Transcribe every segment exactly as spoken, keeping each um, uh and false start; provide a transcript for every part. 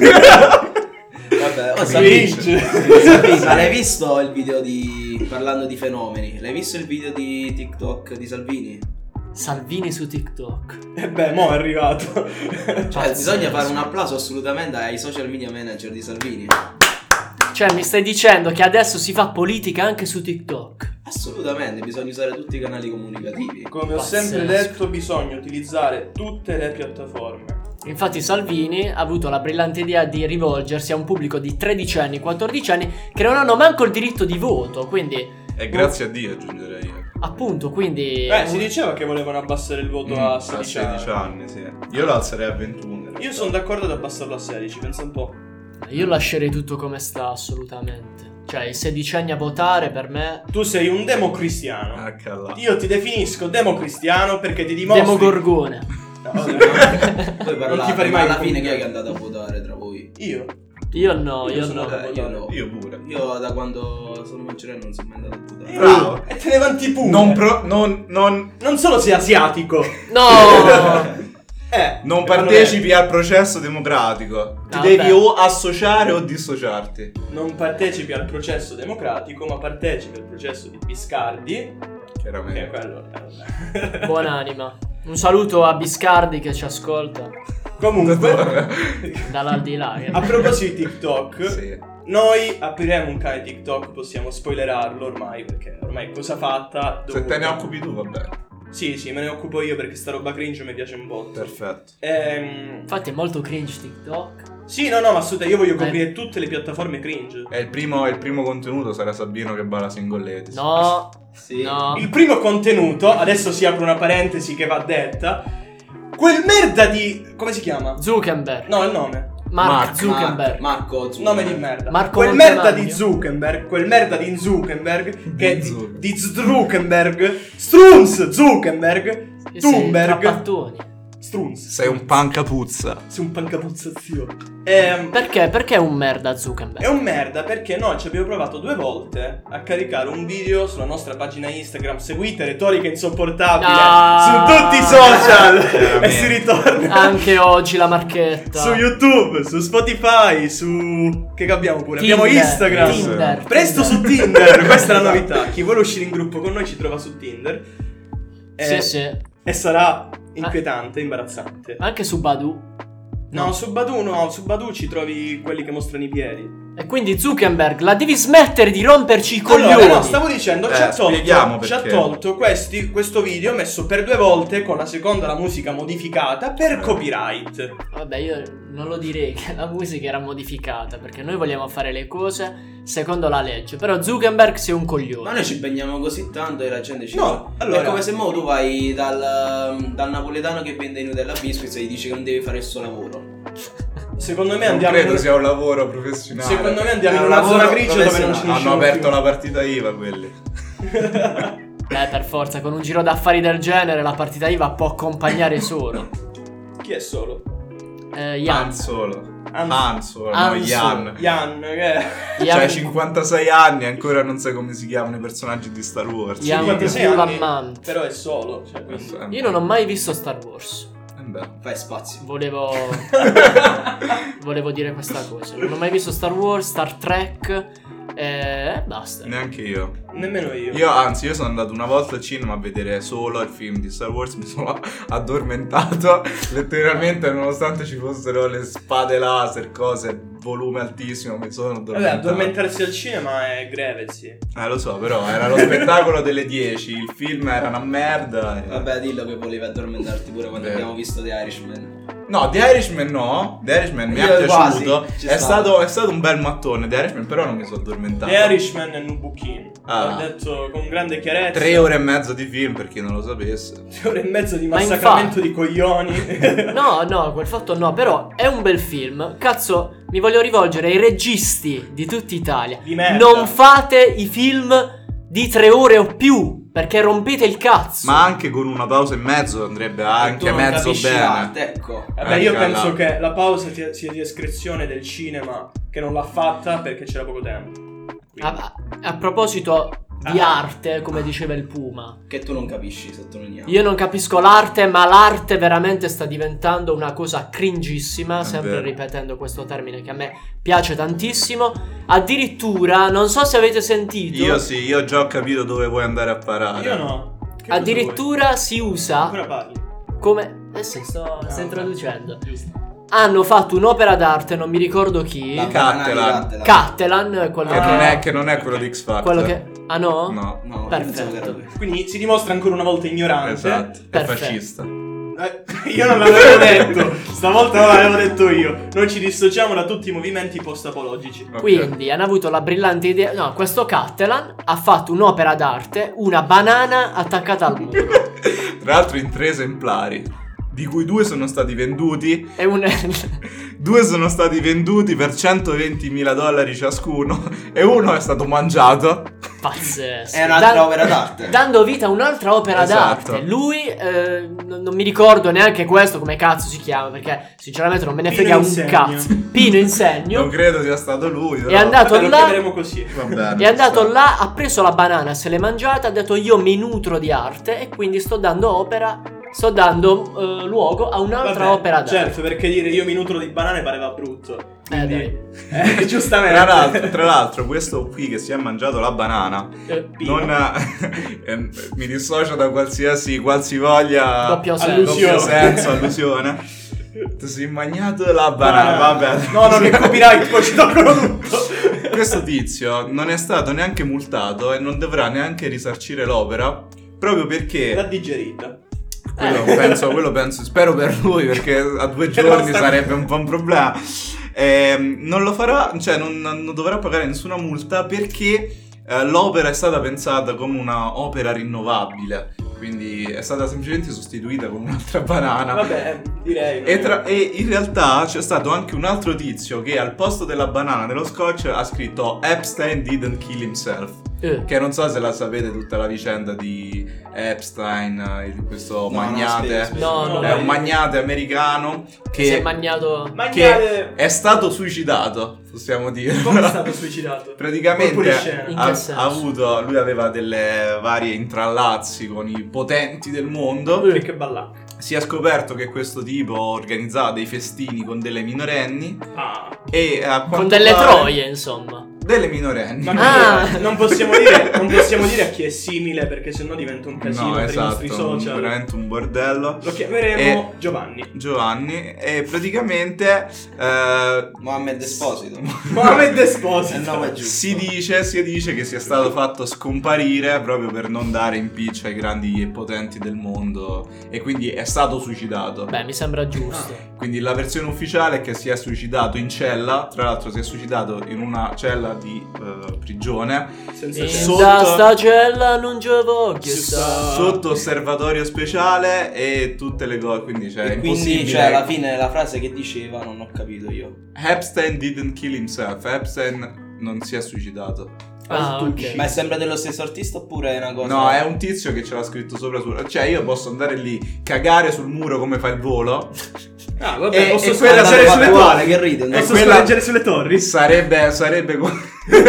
Vabbè, oh, Salvini, Salvini, ma l'hai visto il video di parlando di fenomeni? L'hai visto il video di TikTok di Salvini? Salvini su TikTok. E eh beh, mo' è arrivato. Cioè, bisogna fare un applauso assolutamente ai social media manager di Salvini. Cioè, mi stai dicendo che adesso si fa politica anche su TikTok? Assolutamente, bisogna usare tutti i canali comunicativi. Come ho Pazzesco. sempre detto, bisogna utilizzare tutte le piattaforme. Infatti Salvini ha avuto la brillante idea di rivolgersi a un pubblico di tredicenni, quattordicenni che non hanno manco il diritto di voto, quindi... E grazie a Dio, aggiungerei io. Appunto, quindi... Beh, si diceva che volevano abbassare il voto Mm, a a sedici sedici anni. anni, sì. Io lo alzerei a ventuno. Io sono d'accordo ad abbassarlo a sedici, pensa un po'. Io lascerei tutto come sta, assolutamente. Cioè, i sedicenni a votare per me... Tu sei un democristiano. Ah, calla. Io ti definisco democristiano perché ti dimostri... Demogorgone. No, vabbè. Poi Non ti farei ma mai alla fine comunque. chi è che è andato a votare tra voi? Io? Io no, Io io, sono no. da- Eh, io no. Io pure. Io da quando sono maggiorenne non sono mai andato a votare. Bravo. E te ne vanti pure. Non, pro- non, non, Non solo sei asiatico. No! Eh, non e partecipi al processo democratico. Ti Ah, devi vabbè. o associare o dissociarti. Non partecipi al processo democratico, ma partecipi al processo di Biscardi. Che è Chiaramente. quello. eh, vabbè. Buonanima. Un saluto a Biscardi che ci ascolta Comunque, dall'aldilà. a proposito di TikTok, Sì. noi apriremo un canale TikTok, possiamo spoilerarlo ormai, perché ormai è cosa fatta. Se te ne occupi tu, va bene. Sì, sì, me ne occupo io perché sta roba cringe mi piace un botto. Perfetto. Ehm, Infatti è molto cringe TikTok. sì, no, no, ma assolutamente, io voglio Eh. coprire tutte le piattaforme cringe. E il primo, il primo contenuto sarà Sabino che balla Singoletti. No, Sì. no. Il primo contenuto, adesso si apre una parentesi che va detta. Quel merda di... come si chiama? Zuckerberg. No, il nome. Mark, Mark- Zuckerberg. Marco Zuckerberg. Nome di merda. Marco quel merda Montemagno. di Zuckerberg, quel merda di Zuckerberg, che è di, Zuckerberg. di Zuckerberg, Strunz Zuckerberg, Che sei Thunberg, trappattoni. Strunz. Sei un pancapuzza. Sei un pancapuzzazzio. Ehm, Perché? Perché è un merda Zuckerberg? È un merda perché noi ci abbiamo provato due volte a caricare un video sulla nostra pagina Instagram. Seguite Retorica Insopportabile Ah. su tutti i social e Veramente. si ritorna Anche oggi la marchetta. su YouTube, su Spotify, su... che abbiamo pure? Tinder, Abbiamo Instagram. Tinder. Presto su Tinder, questa è la novità. Chi vuole uscire in gruppo con noi ci trova su Tinder. E, Sì, sì. e sarà inquietante, imbarazzante. Anche su Badu. No, su Badu no, su Badu ci trovi quelli che mostrano i piedi. E quindi Zuckerberg, la devi smettere di romperci i coglioni. Allora, no, stavo dicendo, Eh, ci ha spieghiamo tolto, ci ha perché. tolto questi, questo video messo per due volte con la seconda la musica modificata per copyright. Vabbè, io non lo direi che la musica era modificata, perché noi vogliamo fare le cose secondo la legge. Però Zuckerberg sei un coglione. Ma noi ci impegniamo così tanto e la gente ci No, va. allora- È come se mo tu vai dal, dal napoletano che vende i Nutella Biscuits e gli dici che non devi fare il suo lavoro. Secondo me Non andiamo credo in- sia un lavoro professionale. Secondo me andiamo È in un una lavoro zona grigia dove non ci professionale. Hanno aperto la partita I V A quelli. Beh, per forza, con un giro d'affari del genere la partita I V A può accompagnare solo. Chi è solo? Eh, Jan. Han Solo. Han- Han Solo, no, Han Jan. Jan, che è? Jan- C'hai cinquantasei anni e ancora non sai come si chiamano i personaggi di Star Wars. Jan- cinquantasei Jan- anni, Jan- però è solo. Cioè, quindi... Eh, Io non ho mai visto Star Wars. eh, beh. Fai spazio. Volevo Volevo dire questa cosa. Non ho mai visto Star Wars, Star Trek e basta. Neanche io. Nemmeno io. Io, anzi, io sono andato una volta al cinema a vedere solo il film di Star Wars. Mi sono addormentato letteralmente, nonostante ci fossero le spade laser, cose, volume altissimo. Mi sono Vabbè, addormentato. addormentarsi al cinema è greve, sì. Eh, lo so, però era lo spettacolo delle dieci. Il film era una merda. e- Vabbè, dillo che volevi addormentarti pure quando Vero. abbiamo visto The Irishman. No, The Irishman no. The Irishman mi Io è quasi, piaciuto. ci È stavo. stato, è stato un bel mattone. The Irishman, però non mi sono addormentato. The Irishman è Nubukin. Ah. L'ho detto con grande chiarezza. Tre ore e mezzo di film, per chi non lo sapesse. Tre ore e mezzo di Ma massacramento infatti- di coglioni. No, no, quel fatto no, però è un bel film. Cazzo, mi voglio rivolgere ai registi di tutta Italia. Di merda. Non fate i film di tre ore o più, perché rompete il cazzo. Ma anche con una pausa e mezzo andrebbe Tu anche non mezzo capisci bene. l'arte, ecco. Vabbè, io Ecco, penso là. che la pausa sia sia di escrezione del cinema che non l'ha fatta perché c'era poco tempo. Quindi- A, a- a proposito di Ah. arte, come diceva il Puma. Che tu non capisci, sottolineiamo. Io non capisco l'arte, ma l'arte veramente sta diventando una cosa cringissima, È sempre vero. ripetendo questo termine che a me piace tantissimo. Addirittura, non so se avete sentito, Io sì, io già ho capito dove vuoi andare a parare. Io no. Che cosa addirittura si vuoi? usa Ancora parli. come... Eh sì, sto, Ah, sto ok. introducendo. Giusto. Hanno fatto un'opera d'arte, non mi ricordo chi, La Cattelan. banana di Cattelan, quello Che, che... non è, che non è quello di X Factor. quello che... Ah no? No. No, Perfetto. pensavo che era questo. Quindi si dimostra ancora una volta ignorante. Esatto, è Perfetto. fascista. Eh, io non l'avevo detto. Stavolta non l'avevo detto io. Noi ci dissociamo da tutti i movimenti post-apologici. Ok. Quindi hanno avuto la brillante idea. No, questo Cattelan ha fatto un'opera d'arte, una banana attaccata al muro. Tra l'altro in tre esemplari, di cui due sono stati venduti. È un. Due sono stati venduti per centoventimila dollari ciascuno e uno è stato mangiato. Pazzesco. È un'altra Dan- opera d'arte. Dando vita a un'altra opera Esatto. d'arte. Lui, eh, non, non mi ricordo neanche questo come cazzo si chiama, perché sinceramente non me ne Pino frega un Insegno. cazzo. Pino Insegno. Non credo sia stato lui. È però- andato Vabbè, lo là. chiameremo così. Va bene, È andato sta. là, ha preso la banana, se l'è mangiata, ha detto io mi nutro di arte e quindi sto dando opera, sto dando eh, luogo a un'altra Vabbè, opera d'arte. certo, perché dire io mi nutro di banane pareva brutto. Eh, Quindi, eh, giustamente. Tra l'altro, tra l'altro, questo qui che si è mangiato la banana Eh, Pino. non eh, mi dissocio da qualsiasi qualsivoglia Doppio senso. Allusione. doppio senso, allusione. Ti sei mangiato la banana, vabbè. No, no, che copyright, poi ci tolgono tutto. Questo tizio non è stato neanche multato e non dovrà neanche risarcire l'opera proprio perché L'ha digerita. quello, Eh. penso, quello penso, spero per lui perché a due Che non giorni sta- sarebbe un po' un problema. Ehm, non lo farà, cioè non, non dovrà pagare nessuna multa perché eh, l'opera è stata pensata come una opera rinnovabile, quindi è stata semplicemente sostituita con un'altra banana. Vabbè, direi. E, tra- e in realtà c'è stato anche un altro tizio che al posto della banana nello scotch ha scritto Epstein didn't kill himself. Eh. Che non so se la sapete tutta la vicenda di Epstein, eh, di questo No, no, magnate. spiega, spiega. No, no, È vai. un magnate americano Si è che, magnato. che Magnate. è stato suicidato, possiamo dire. Come è stato suicidato? Praticamente Colpo di scena. In ha, che senso? ha avuto, lui aveva delle varie intrallazzi con i potenti del mondo. Eh. Che balla. Si è scoperto che questo tipo organizzava dei festini con delle minorenni Ah. e a Con quanto delle pare- troie, insomma. Delle minorenni. Ma Ah. quindi non possiamo dire non possiamo dire a chi è simile perché sennò diventa un casino No, per esatto, i nostri social. veramente un bordello. Lo chiameremo E- Giovanni. Giovanni e praticamente eh, Mohammed Esposito. Mohamed È Esposito. il nome giusto. si dice, si dice che sia stato fatto scomparire proprio per non dare impiccio ai grandi e potenti del mondo e quindi è stato suicidato. Beh, mi sembra giusto. Quindi la versione ufficiale è che si è suicidato in cella, tra l'altro si è suicidato in una cella di eh, prigione Senza In senso. Sotto- da sta cella non ci voglio Ci stare. sta. sotto osservatorio speciale e tutte le cose, quindi cioè, è E quindi, impossibile. cioè, alla fine la frase che diceva non ho capito io. Epstein didn't kill himself, Epstein non si è suicidato. Ah, ok. Ma è sempre dello stesso artista oppure è una cosa? No, è un tizio che ce l'ha scritto sopra su. Cioè, io posso andare lì, cagare sul muro come fa il volo. Ah, vabbè, E- posso e quella scorreggere sarebbe sulle fattuale, torri. che ride. E Posso quella- scorreggere sulle torri? Sarebbe, sarebbe come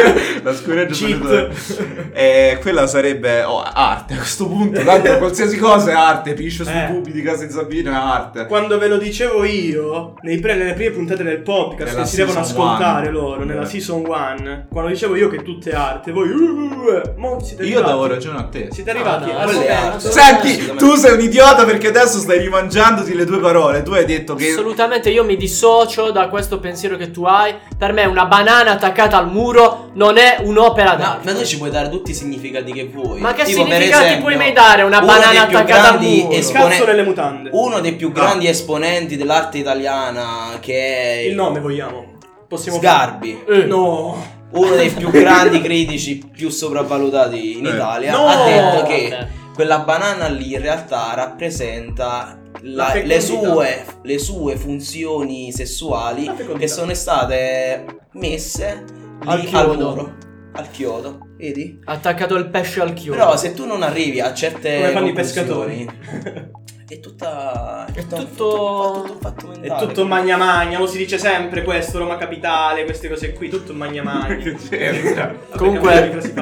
la scureggia sulle Cheat. torri. E quella sarebbe oh, arte a questo punto. Tanto qualsiasi cosa è arte. Piscio sui Eh. tubi di casa di Sabino è arte. Quando ve lo dicevo io, nei pre- nelle prime puntate del podcast Nella che si devono season ascoltare one. loro, nella Eh. season one, quando dicevo io che tutto è arte, voi uh, uh, uh, mo siete Io arrivati. davo ragione a te. Siete arrivati Ah, no, al quello è momento. arte. Senti, assolutamente. tu sei un idiota perché adesso stai rimangiandoti le tue parole. Tu hai detto che Assolutamente io mi dissocio da questo pensiero che tu hai. Per me una banana attaccata al muro non è un'opera Ma, d'arte. ma tu ci puoi dare tutti i significati che vuoi. Ma che Tipo, per significati esempio, puoi mai dare a una uno banana dei più attaccata al grandi muro? espone- Cazzo nelle mutande. Uno dei più No. grandi esponenti dell'arte italiana che è Il nome vogliamo. Possiamo Sgarbi. Eh. No. Uno dei più grandi critici più sopravvalutati in Eh. Italia No, ha detto che vabbè. quella banana lì in realtà rappresenta La la- fecondità. le, sue, le sue funzioni sessuali La fecondità. che sono state messe lì Al al, chiodo. muro, al chiodo, vedi? Attaccato il pesce al chiodo. Però se tu non arrivi a certe Come fanno i conclusioni, pescatori. è tutta è, È tutta un- tutto- tutto un fatto È mentale. tutto magna magna, lo si dice sempre questo, Roma Capitale, queste cose qui, tutto magna magna. Che c'entra? Comunque- Vabbè, che frasi fa? È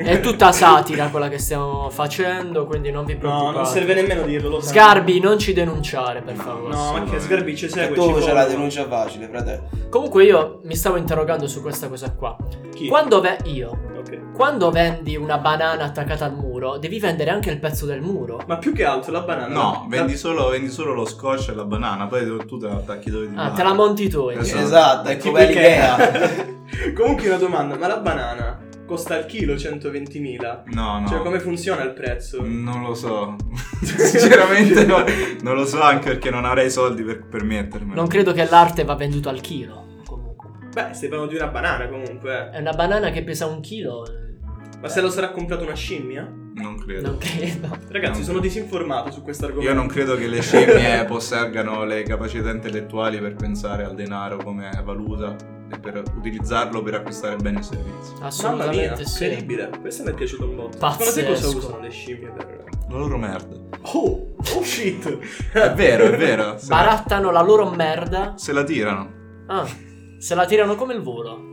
È tutta satira quella che stiamo facendo, quindi non vi preoccupate. No, non serve nemmeno dirlo, lo sai. Sgarbi, non ci denunciare, per favore. No, ma che Sgarbi ci segue. Tu ci c'è follow. la denuncia facile, frate. Comunque io mi stavo interrogando su questa cosa qua. Chi? Quando ve- io Ok. Quando vendi una banana attaccata al muro, devi vendere anche il pezzo del muro. Ma più che altro la banana. No, la- vendi solo, vendi solo lo scotch e la banana, poi tu te la attacchi dove ti Ah, pare. te la monti tu. Esatto. Esatto, è Tipo come l'idea. che- Comunque una domanda, ma la banana costa al chilo centoventimila? No, no. Cioè come funziona il prezzo? Non lo so. Sinceramente no, non lo so, anche perché non avrei soldi per permettermelo. Non credo che l'arte va venduta al chilo. Comunque. Beh, stai parlando di una banana comunque. È una banana che pesa un chilo. Ma se lo sarà comprato una scimmia? Non credo. Non credo. Ragazzi, No. sono disinformato su questo argomento. Io non credo che le scimmie posseggano le capacità intellettuali per pensare al denaro come valuta e per utilizzarlo per acquistare beni e servizi. Mamma mia, Assolutamente sì. incredibile. Questo mi è piaciuto un botto. Pazzesco. Secondo te cosa usano le scimmie per... La loro merda. Oh, oh shit. È vero, è vero. Se la, Barattano la loro merda. se la tirano. Ah, se la tirano come il volo.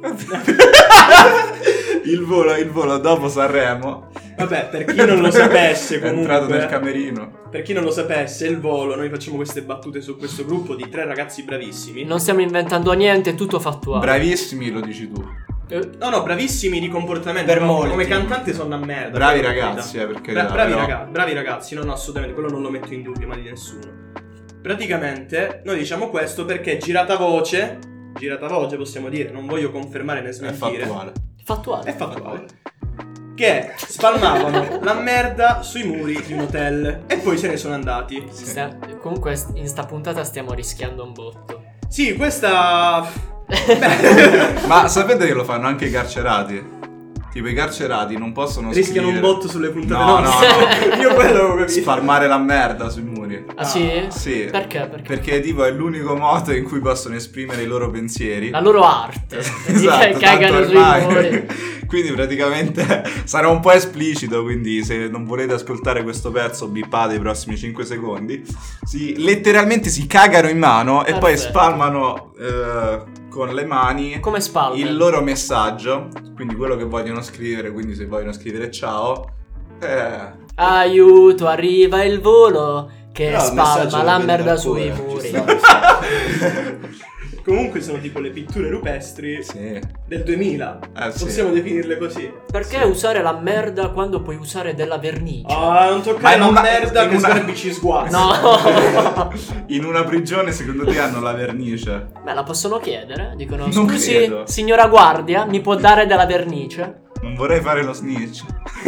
Il volo, il volo dopo Sanremo. Vabbè, per chi non lo sapesse È entrato comunque, nel camerino. per chi non lo sapesse, il volo, noi facciamo queste battute su questo gruppo di tre ragazzi bravissimi. Non stiamo inventando niente, è tutto fattuale. Bravissimi, lo dici tu. Eh, No, no, bravissimi di comportamento. Per no, molti. come cantante sono una merda. Bravi per ragazzi, carità. eh, per carità, Bra- bravi, però- raga- bravi ragazzi, no, no, assolutamente, quello non lo metto in dubbio, ma di nessuno. Praticamente, noi diciamo questo perché girata voce, girata voce possiamo dire, non voglio confermare né È smentire. fattuale. fattuale. È fattuale. Che spalmavano la merda sui muri di un hotel e poi se ne sono andati. Stia- Comunque in sta puntata stiamo rischiando un botto. Sì, questa... Beh, Ma sapete che lo fanno anche i carcerati? Tipo i carcerati non possono rischiano un scrivere- botto sulle puntate No, no, nostre. no. Io quello avevo capito. Spalmare la merda sui muri. Ah sì? Sì. Perché? Perché? Perché tipo è l'unico modo in cui possono esprimere i loro pensieri. La loro arte. Esatto, Che cagano tanto sui ormai- muri. Quindi praticamente sarà un po' esplicito, quindi se non volete ascoltare questo pezzo bippate i prossimi cinque secondi. Si, letteralmente si cagano in mano e poi Perfetto. spalmano eh, con le mani Come spalle. il loro messaggio, quindi quello che vogliono scrivere, quindi se vogliono scrivere ciao, eh, Aiuto, arriva il volo che Però il messaggio spalma lo la vede merda dal sui cuore, ci muri. sta, ci sta. Comunque sono tipo le pitture rupestri sì. del duemila. Eh, sì. Possiamo definirle così. Perché usare la merda quando puoi usare della vernice? Ah, non Ma toccare in la una- merda in che una- Sgarbi ci sguazza. No. In una prigione secondo te hanno la vernice? Beh, la possono chiedere. Dicono, Non scusi, credo. signora guardia, mi può dare della vernice? Non vorrei fare lo snitch.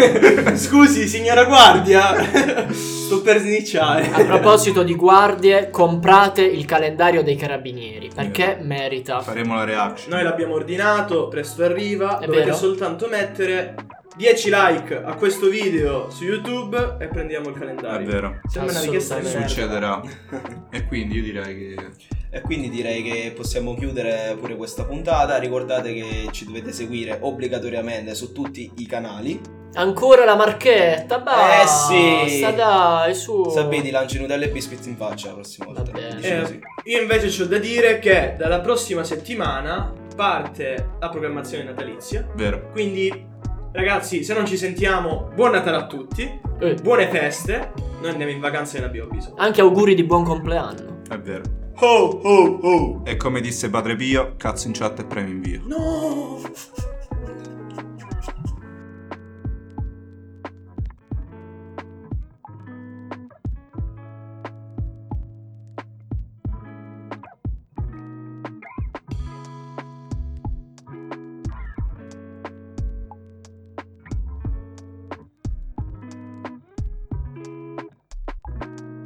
Scusi, signora guardia. Sto per snicciare. A proposito di guardie, comprate il calendario dei carabinieri, perché merita. Faremo la reaction. Noi l'abbiamo ordinato, presto arriva. È Dovete vero? soltanto mettere dieci like a questo video su YouTube e prendiamo il È calendario. vero. Sembra una richiesta di merda. Succederà. E quindi io direi che E quindi direi che possiamo chiudere pure questa puntata. Ricordate che ci dovete seguire obbligatoriamente su tutti i canali. Ancora la marchetta, basta, Eh sì. dai, su. Sabbi ti lanci Nutella e biscuit in faccia la prossima volta. Va bene. Dici Eh, così. io invece ho da dire che dalla prossima settimana parte la programmazione natalizia. vero. Quindi, ragazzi, se non ci sentiamo, buon Natale a tutti, Eh, buone feste. Noi andiamo in vacanza e ne abbiamo bisogno. anche auguri di buon compleanno. È vero. Ho ho ho. E come disse Padre Pio, cazzo in chat e premi invio. No!